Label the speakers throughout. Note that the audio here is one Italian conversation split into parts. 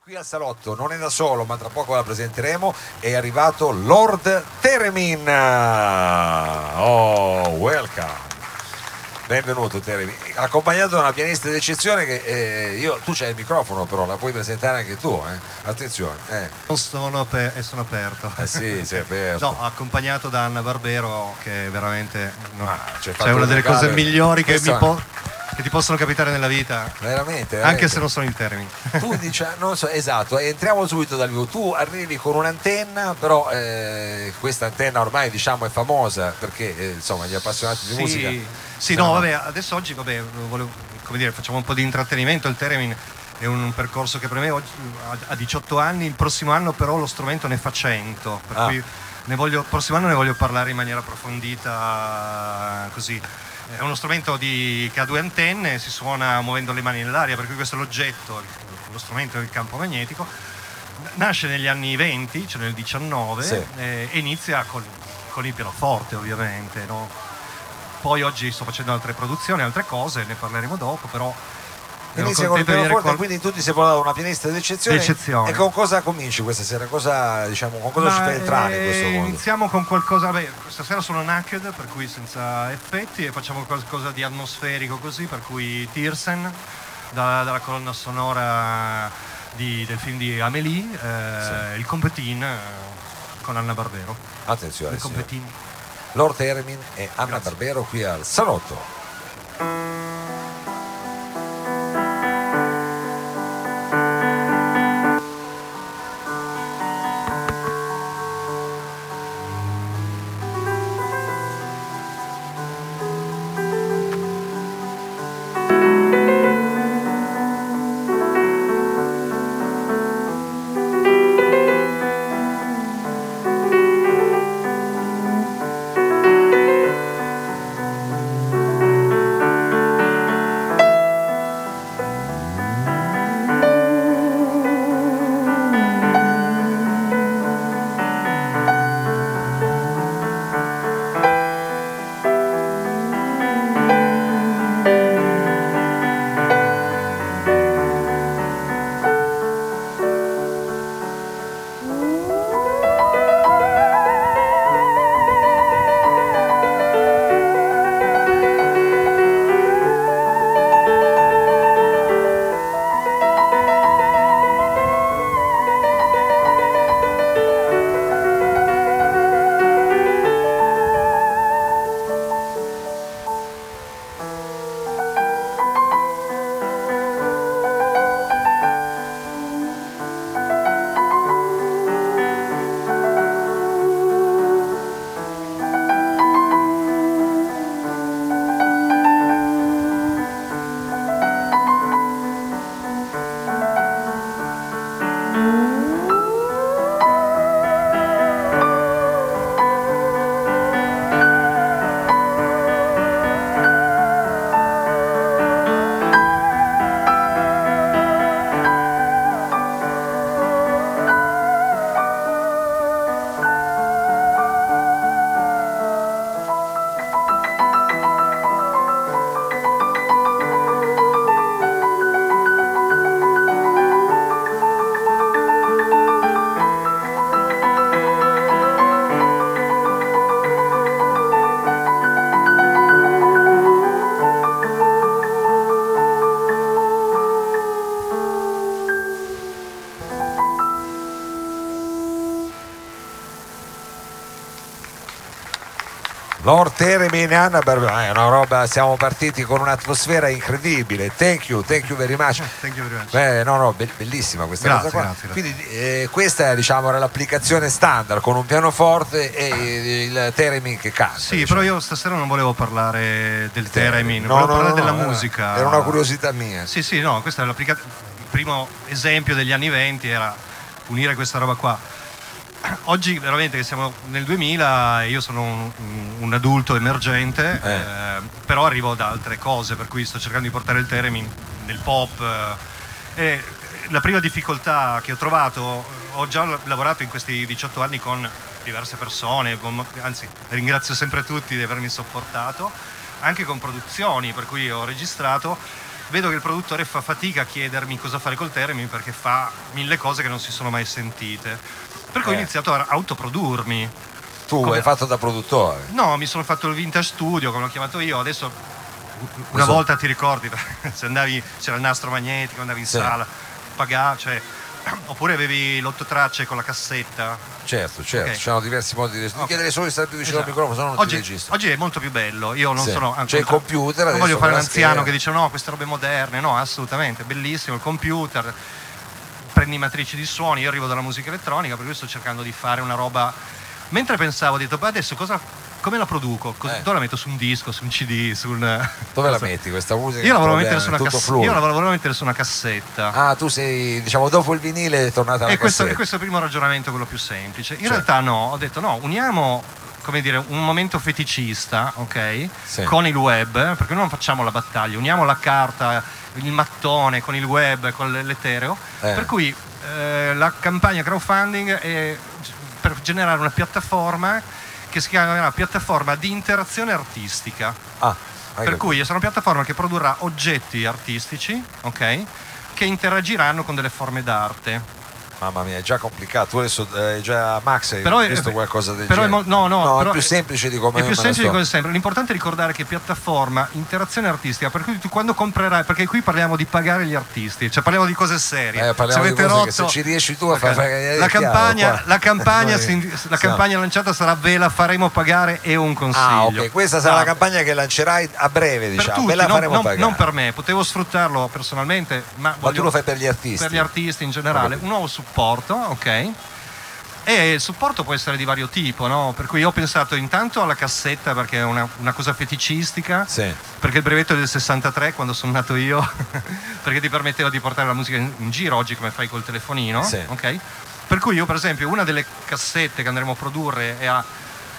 Speaker 1: Qui al salotto non è da solo, ma tra poco la presenteremo. È arrivato Lord Theremin. Oh, welcome. Benvenuto Theremin, accompagnato da una pianista d'eccezione che tu c'hai il microfono, però la puoi presentare anche tu, attenzione.
Speaker 2: Non sono sono aperto.
Speaker 1: Sì, sei aperto.
Speaker 2: No, accompagnato da Anna Barbero, che è veramente
Speaker 1: c'è
Speaker 2: una delle cose migliori che ti possono capitare nella vita.
Speaker 1: Veramente.
Speaker 2: Anche se non sono in termini.
Speaker 1: Tu dici, non so, esatto, entriamo subito dal vivo. Tu arrivi con un'antenna, però questa antenna ormai diciamo è famosa perché insomma gli appassionati di musica.
Speaker 2: Sì, no, vabbè, adesso oggi facciamo un po' di intrattenimento. Il Theremin è un percorso che per me oggi ha 18 anni, il prossimo anno però lo strumento ne fa 100, per cui il prossimo anno ne voglio parlare in maniera approfondita, così. È uno strumento che ha due antenne, si suona muovendo le mani nell'aria, per cui questo è l'oggetto, lo strumento del campo magnetico. Nasce negli anni 20, cioè nel 19,
Speaker 1: sì.
Speaker 2: E inizia con il pianoforte, ovviamente, no? Poi oggi sto facendo altre produzioni, altre cose, ne parleremo dopo, però
Speaker 1: inizia con il pianoforte, quindi tu ti sei portato una pianista d'eccezione. E con cosa cominci questa sera? Con cosa ci fai entrare in questo mondo?
Speaker 2: Iniziamo con qualcosa, questa sera sono naked, per cui senza effetti, e facciamo qualcosa di atmosferico così, per cui Tiersen, dalla colonna sonora del film di Amélie, il Compétine con Anna Barbero.
Speaker 1: Attenzione,
Speaker 2: il Compétine.
Speaker 1: Lord Theremin e Anna Barbero qui al salotto. Lord Theremin e Anna Barbero, è una roba, siamo partiti con un'atmosfera incredibile. Thank you very much.
Speaker 2: Thank you very much.
Speaker 1: Bellissima questa cosa qua.
Speaker 2: Grazie.
Speaker 1: Quindi questa diciamo era l'applicazione standard con un pianoforte e il Theremin che canta.
Speaker 2: Sì,
Speaker 1: diciamo.
Speaker 2: però io stasera non volevo parlare del Theremin,
Speaker 1: no,
Speaker 2: volevo parlare della musica.
Speaker 1: Era una curiosità mia.
Speaker 2: Sì, no, questa è il primo esempio degli anni 20 era unire questa roba qua. Oggi veramente che siamo nel 2000, io sono un adulto emergente, però arrivo da altre cose, per cui sto cercando di portare il Theremin nel pop. E la prima difficoltà che ho trovato, ho già lavorato in questi 18 anni con diverse persone, anzi ringrazio sempre tutti di avermi sopportato, anche con produzioni, per cui ho registrato, vedo che il produttore fa fatica a chiedermi cosa fare col Theremin perché fa 1000 cose che non si sono mai sentite. Per cui ho iniziato a autoprodurmi.
Speaker 1: Tu hai fatto da produttore?
Speaker 2: No, mi sono fatto il Vintage Studio, come l'ho chiamato io. Adesso una
Speaker 1: Esatto.
Speaker 2: volta ti ricordi, se andavi, c'era il nastro magnetico, andavi in sala, pagavi, cioè, oppure avevi l'8 tracce con la cassetta.
Speaker 1: Certo,
Speaker 2: Ok.
Speaker 1: ci sono diversi modi di chiedere solo di stare più vicino al
Speaker 2: Esatto.
Speaker 1: microfono, se no non ti
Speaker 2: Oggi,
Speaker 1: registro.
Speaker 2: oggi è molto più bello. Io non
Speaker 1: Sì.
Speaker 2: sono
Speaker 1: C'è il computer,
Speaker 2: non voglio
Speaker 1: adesso
Speaker 2: fare
Speaker 1: con la
Speaker 2: l'anziano
Speaker 1: scheda.
Speaker 2: che dice no, queste robe moderne. No, assolutamente, bellissimo il computer. Prendi matrici di suoni, io arrivo dalla musica elettronica, per cui sto cercando di fare una roba. Mentre pensavo, ho detto, beh, adesso come la produco? Dove la metto? Su un disco, su un CD, su un.
Speaker 1: Dove la metti questa musica?
Speaker 2: Io la volevo
Speaker 1: Problema,
Speaker 2: mettere su una
Speaker 1: tutto
Speaker 2: cassetta.
Speaker 1: fluido.
Speaker 2: Io la volevo mettere su una cassetta.
Speaker 1: Ah, tu sei, diciamo, dopo il vinile è tornata alla
Speaker 2: E questo
Speaker 1: cassetta.
Speaker 2: è il primo ragionamento, quello più semplice. In
Speaker 1: Certo.
Speaker 2: realtà no, ho detto no, uniamo, come dire, un momento feticista, ok?
Speaker 1: Sì.
Speaker 2: Con il web, perché noi non facciamo la battaglia, uniamo la carta, il mattone con il web, con l'etereo, per cui la campagna crowdfunding è per generare una piattaforma che si chiama una piattaforma di interazione artistica. Per cui sarà una piattaforma che produrrà oggetti artistici, ok? Che interagiranno con delle forme d'arte.
Speaker 1: Mamma mia, è già complicato. Tu adesso già Max hai
Speaker 2: Però
Speaker 1: visto qualcosa del
Speaker 2: però
Speaker 1: genere?
Speaker 2: no,
Speaker 1: è
Speaker 2: però
Speaker 1: più semplice di come
Speaker 2: è più
Speaker 1: me la
Speaker 2: semplice di
Speaker 1: sto-
Speaker 2: come sempre. L'importante è ricordare che piattaforma, interazione artistica, per cui tu quando comprerai, perché qui parliamo di pagare gli artisti, cioè parliamo di cose serie.
Speaker 1: parliamo
Speaker 2: Se
Speaker 1: di
Speaker 2: avete
Speaker 1: cose che
Speaker 2: rotto,
Speaker 1: se ci riesci tu a far
Speaker 2: ok.
Speaker 1: pagare
Speaker 2: la
Speaker 1: chiaro,
Speaker 2: campagna,
Speaker 1: qua.
Speaker 2: la campagna,
Speaker 1: Noi
Speaker 2: la campagna lanciata sarà ve la faremo pagare e un consiglio.
Speaker 1: Ah, ok, questa sarà la campagna che lancerai a breve,
Speaker 2: per
Speaker 1: diciamo.
Speaker 2: tutti,
Speaker 1: Ve la faremo pagare.
Speaker 2: non per me, potevo sfruttarlo personalmente, ma
Speaker 1: tu lo fai per gli artisti?
Speaker 2: Per gli artisti in generale, un nuovo supporto, ok? E il supporto può essere di vario tipo, no? Per cui ho pensato intanto alla cassetta perché è una cosa feticistica,
Speaker 1: Sì.
Speaker 2: perché il brevetto è del 63 quando sono nato io, perché ti permetteva di portare la musica in giro oggi come fai col telefonino,
Speaker 1: Sì.
Speaker 2: ok? Per cui io per esempio una delle cassette che andremo a produrre e a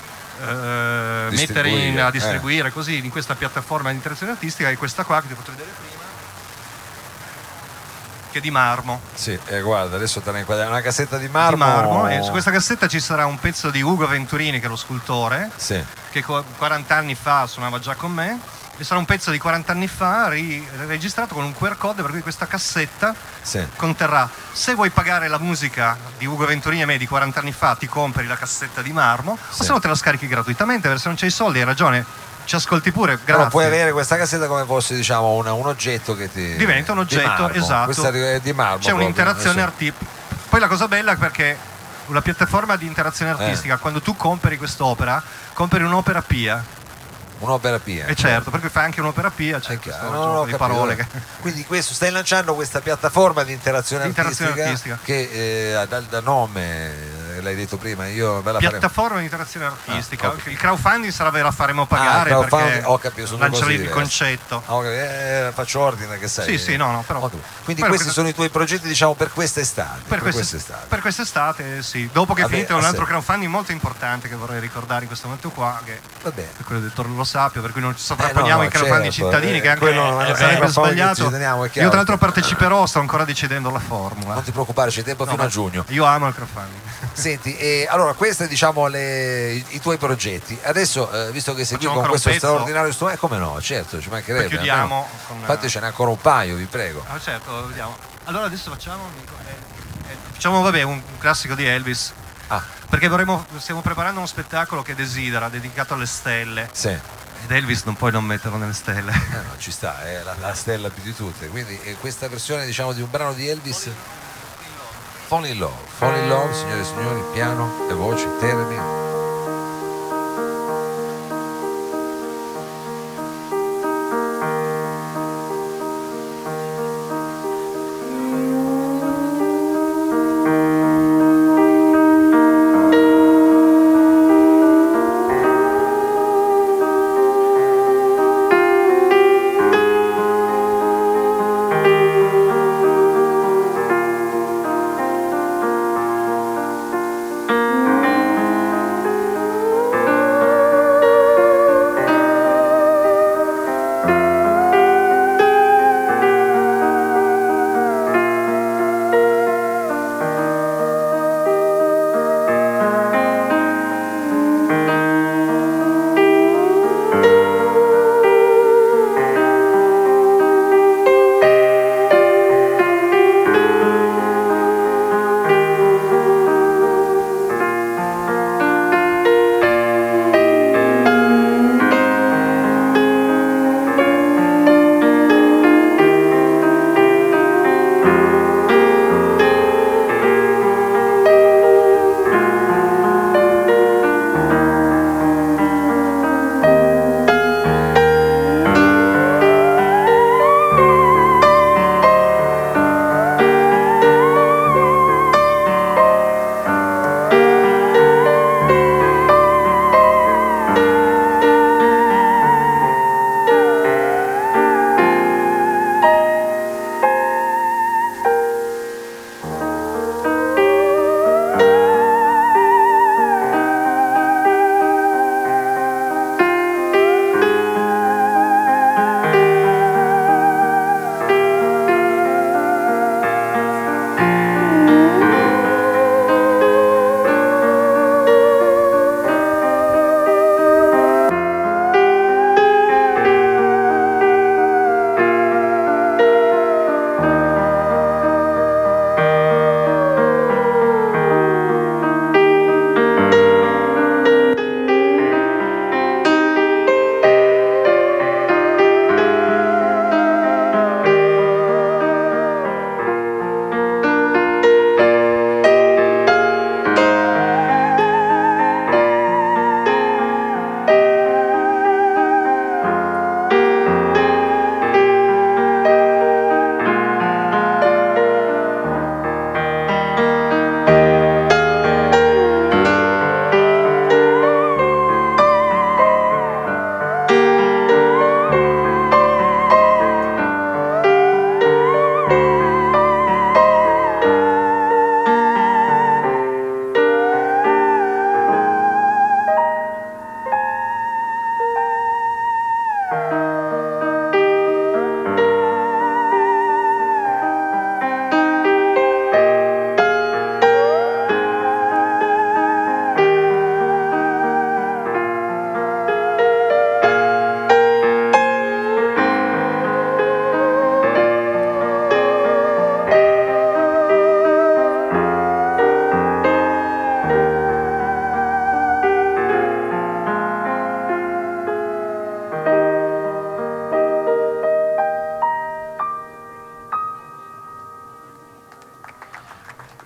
Speaker 2: mettere a distribuire così in questa piattaforma di interazione artistica è questa qua che ti ho fatto vedere prima, che è di marmo.
Speaker 1: Sì, guarda, adesso te ne inquadriamo una cassetta di marmo.
Speaker 2: E su questa cassetta ci sarà un pezzo di Ugo Venturini, che è lo scultore,
Speaker 1: Sì.
Speaker 2: che 40 anni fa suonava già con me, e sarà un pezzo di 40 anni fa registrato con un QR code, per cui questa cassetta
Speaker 1: Sì.
Speaker 2: conterrà, se vuoi pagare la musica di Ugo Venturini a me di 40 anni fa, ti compri la cassetta di marmo,
Speaker 1: Sì.
Speaker 2: o se no te la scarichi gratuitamente, perché se non c'hai i soldi hai ragione, ci ascolti pure, grazie.
Speaker 1: Però puoi avere questa cassetta come fosse, diciamo, un oggetto che ti
Speaker 2: Diventa un oggetto,
Speaker 1: di marmo.
Speaker 2: esatto.
Speaker 1: Questa è di marmo.
Speaker 2: C'è
Speaker 1: proprio,
Speaker 2: un'interazione
Speaker 1: adesso.
Speaker 2: artistica. Poi la cosa bella è perché la piattaforma di interazione artistica, quando tu compri quest'opera, compri un'opera pia.
Speaker 1: Un'opera pia.
Speaker 2: E certo, perché fai anche un'opera pia, c'è
Speaker 1: È
Speaker 2: questo
Speaker 1: chiaro,
Speaker 2: gioco
Speaker 1: non ho
Speaker 2: di
Speaker 1: capito.
Speaker 2: parole.
Speaker 1: Quindi stai lanciando questa piattaforma di interazione
Speaker 2: Interazione
Speaker 1: artistica, che da nome l'hai detto prima, io ve la
Speaker 2: Piattaforma di interazione artistica.
Speaker 1: ok.
Speaker 2: Il crowdfunding sarà ve la faremo pagare perché
Speaker 1: ho capito, sono due
Speaker 2: lancio
Speaker 1: cose
Speaker 2: lì il
Speaker 1: diverse.
Speaker 2: concetto.
Speaker 1: Faccio ordine, che sai.
Speaker 2: Sì, no, però.
Speaker 1: Quindi
Speaker 2: Poi
Speaker 1: questi sono i tuoi progetti, diciamo, per quest'estate.
Speaker 2: Per quest'estate, sì. Dopo che è finito un altro crowdfunding molto importante che vorrei ricordare in questo momento qua, che
Speaker 1: Vabbè.
Speaker 2: è quello del Torno Lo Sapio, per cui non ci sovrapponiamo i crowdfunding
Speaker 1: certo,
Speaker 2: cittadini, che anche
Speaker 1: quello è
Speaker 2: sarebbe
Speaker 1: un po' che
Speaker 2: sbagliato.
Speaker 1: ci teniamo, è
Speaker 2: Io
Speaker 1: chiaro.
Speaker 2: tra l'altro parteciperò, sto ancora decidendo la formula.
Speaker 1: Non ti preoccupare, c'è tempo fino a giugno.
Speaker 2: Io amo il crowdfunding.
Speaker 1: Senti, allora questi diciamo i tuoi progetti. Adesso, visto che sei qui
Speaker 2: Facciamo
Speaker 1: con
Speaker 2: ancora
Speaker 1: questo
Speaker 2: un pezzo?
Speaker 1: straordinario strumento, come no, certo, ci mancherebbe.
Speaker 2: Poi chiudiamo
Speaker 1: almeno.
Speaker 2: con-
Speaker 1: Infatti ce n'è ancora un paio, vi prego.
Speaker 2: Ah, certo, vediamo. Allora adesso facciamo vabbè, un classico di Elvis. Perché stiamo preparando uno spettacolo che desidera, dedicato alle stelle.
Speaker 1: Sì.
Speaker 2: Ed Elvis non puoi non metterlo nelle stelle.
Speaker 1: No, ci sta, è la stella più di tutte. Quindi questa versione, diciamo, di un brano di Elvis. Fall in Love, signore e signori, piano, le voci, Theremin.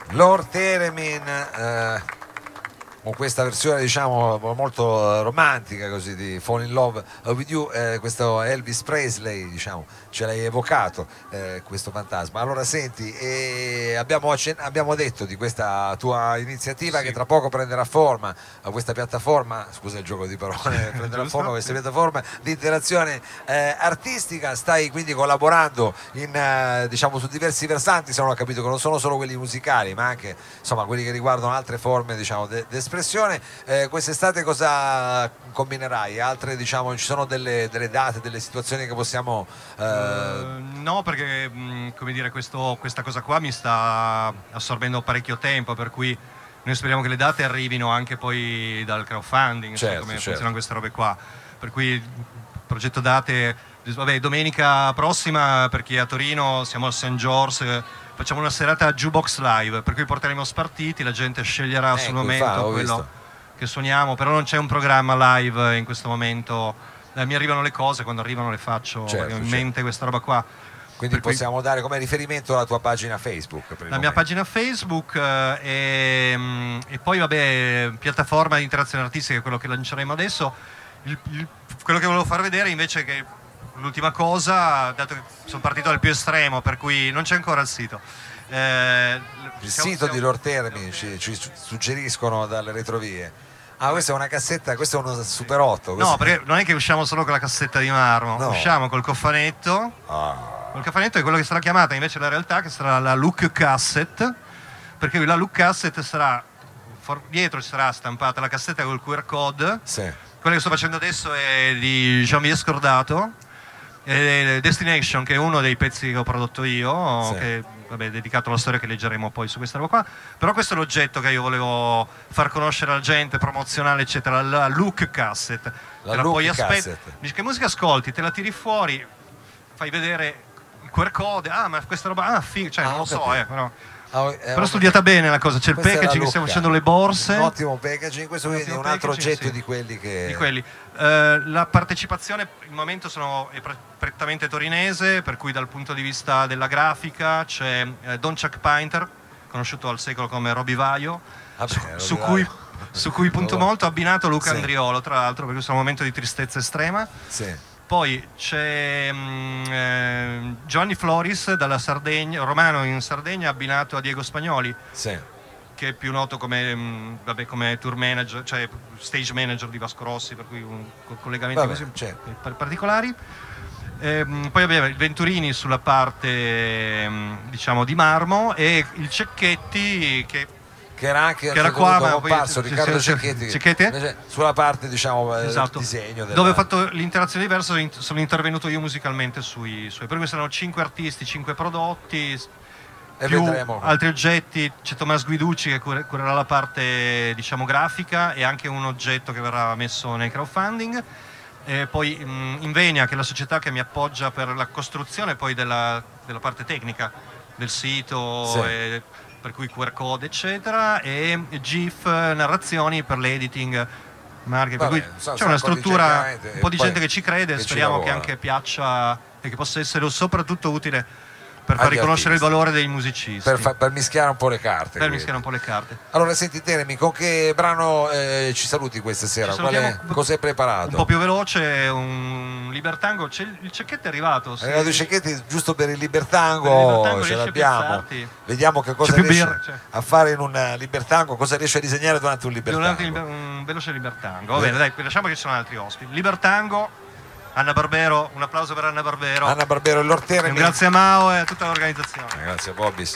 Speaker 1: Lord Theremin, con questa versione diciamo molto romantica così di Fall in Love with You, questo Elvis Presley diciamo ce l'hai evocato, questo fantasma. Allora senti, abbiamo detto di questa tua iniziativa, sì, che tra poco prenderà forma a questa piattaforma, scusa il gioco di parole, prenderà forma questa piattaforma di interazione artistica. Stai quindi collaborando diciamo su diversi versanti, se non ho capito, che non sono solo quelli musicali ma anche insomma quelli che riguardano altre forme diciamo d'espressione. Quest'estate cosa combinerai? Altre diciamo, ci sono delle date, delle situazioni che possiamo
Speaker 2: no, perché come dire, questa cosa qua mi sta assorbendo parecchio tempo, per cui noi speriamo che le date arrivino anche poi dal crowdfunding,
Speaker 1: certo,
Speaker 2: come
Speaker 1: certo.
Speaker 2: funzionano queste robe qua, per cui il progetto date, vabbè, domenica prossima per chi è a Torino siamo al St. George, facciamo una serata jukebox live, per cui porteremo spartiti, la gente sceglierà sul momento quello che suoniamo, però non c'è un programma live in questo momento. Mi arrivano le cose, quando arrivano le faccio,
Speaker 1: certo,
Speaker 2: in mente questa roba qua.
Speaker 1: Quindi possiamo dare come riferimento la tua pagina Facebook?
Speaker 2: La mia pagina Facebook e poi vabbè, piattaforma di interazione artistica, è quello che lanceremo adesso. Quello che volevo far vedere invece, che l'ultima cosa, dato che sono partito dal più estremo, per cui non c'è ancora il sito.
Speaker 1: Il sito di Lord Theremin ci suggeriscono dalle retrovie. Ah, questa è una cassetta, questo è uno Super 8.
Speaker 2: No, perché non è che usciamo solo con la cassetta di marmo, no, usciamo col cofanetto. Col cofanetto è quello che sarà chiamata invece la realtà, che sarà la Look Cassette, perché la Look Cassette sarà, dietro ci sarà stampata la cassetta col QR code.
Speaker 1: Sì.
Speaker 2: Quello che sto facendo adesso è di Jean-Pierre Scordato, Destination, che è uno dei pezzi che ho prodotto io, sì, che vabbè, dedicato alla storia che leggeremo poi su questa roba qua. Però questo è l'oggetto che io volevo far conoscere alla gente, promozionale eccetera, la Look Cassette.
Speaker 1: La Look Cassette.
Speaker 2: Dici che musica ascolti, te la tiri fuori, fai vedere il QR code, ma questa roba, cioè non lo so, però studiata bene la cosa, c'è il packaging, stiamo facendo le borse.
Speaker 1: Un ottimo packaging, questo quindi è un altro oggetto, sì, di quelli che...
Speaker 2: La partecipazione il momento è prettamente torinese, per cui dal punto di vista della grafica c'è Don Chuck Painter, conosciuto al secolo come Roby Vaio, su cui punto molto, abbinato Luca, sì, Andriolo, tra l'altro, perché questo è un momento di tristezza estrema.
Speaker 1: Sì.
Speaker 2: Poi c'è Giovanni Floris dalla Sardegna, romano in Sardegna, abbinato a Diego Spagnoli, sì, che è più noto come tour manager, cioè stage manager di Vasco Rossi, per cui collegamenti così, certo, particolari. Poi abbiamo il Venturini sulla parte diciamo di marmo, e il Cecchetti che era anche qua, ma
Speaker 1: comparso, Riccardo Cecchetti sulla parte diciamo,
Speaker 2: esatto,
Speaker 1: del disegno
Speaker 2: dove ho fatto l'interazione diversa, sono intervenuto io musicalmente sui per cui saranno 5 artisti, 5 prodotti e più vedremo altri oggetti. C'è Tommaso Guiducci che curerà la parte diciamo grafica, e anche un oggetto che verrà messo nei crowdfunding. E poi Invenia, che è la società che mi appoggia per la costruzione poi della parte tecnica del sito, sì, per cui QR code eccetera, e GIF narrazioni per l'editing, per cui c'è una struttura, un po' di gente che ci crede, speriamo che anche piaccia e che possa essere soprattutto utile per far riconoscere il valore dei musicisti,
Speaker 1: per mischiare un po' le carte. Allora senti Theremin, con che brano ci saluti questa sera? Cosa hai preparato?
Speaker 2: Un po' più veloce, un Libertango. Il Cecchetto è arrivato.
Speaker 1: È arrivato il Cecchetto giusto per il Libertango, ce l'abbiamo. Vediamo che cosa riesce a fare in un Libertango, cosa riesce a disegnare durante un Libertango.
Speaker 2: Un veloce Libertango. Va bene, dai, lasciamo che ci sono altri ospiti. Libertango. Anna Barbero, un applauso per Anna Barbero.
Speaker 1: Anna Barbero e Lord Theremin.
Speaker 2: Grazie a Mao e a tutta l'organizzazione.
Speaker 1: Grazie a Bobbis.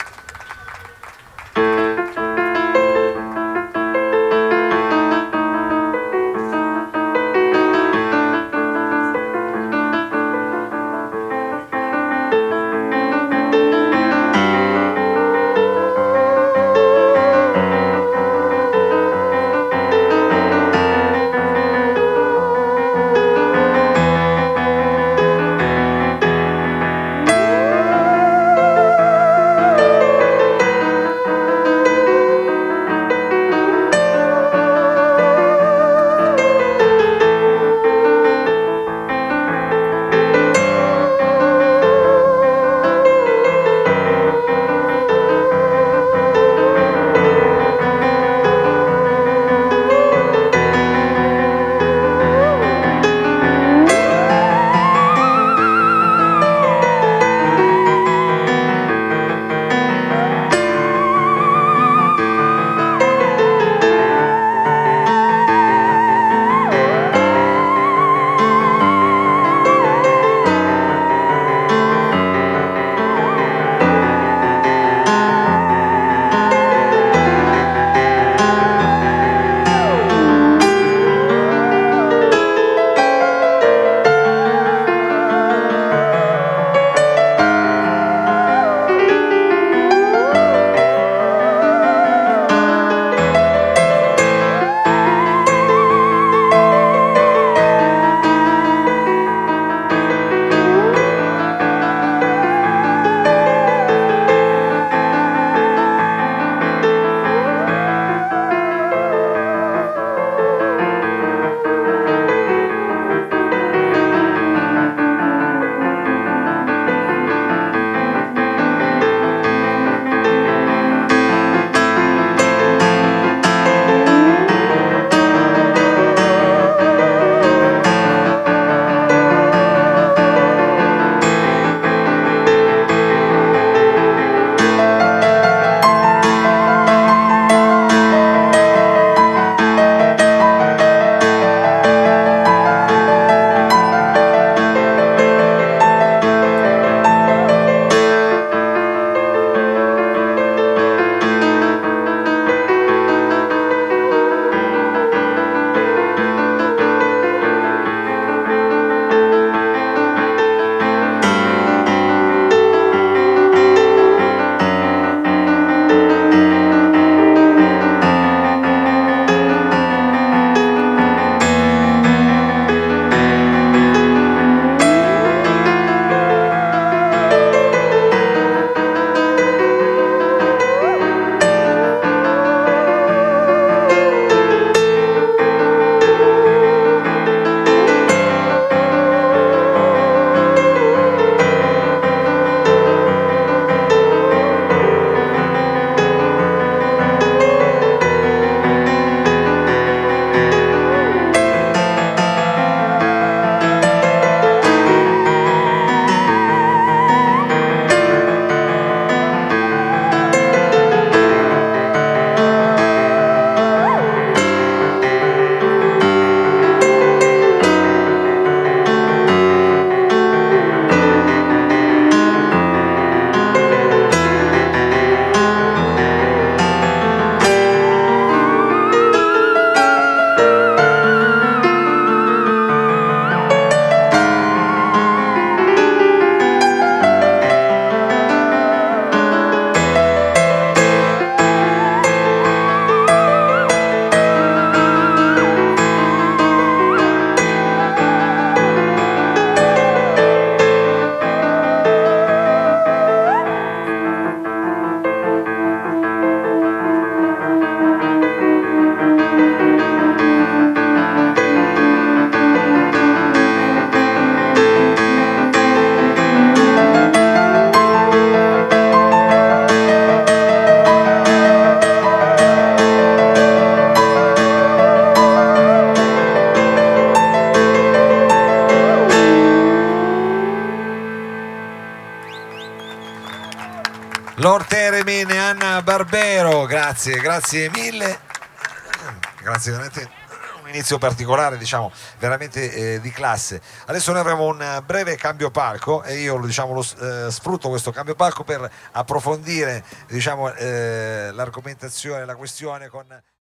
Speaker 1: Lord Theremin e Anna Barbero, grazie mille, grazie veramente, un inizio particolare, diciamo veramente di classe. Adesso noi avremo un breve cambio palco e io sfrutto questo cambio palco per approfondire, diciamo, l'argomentazione, la questione con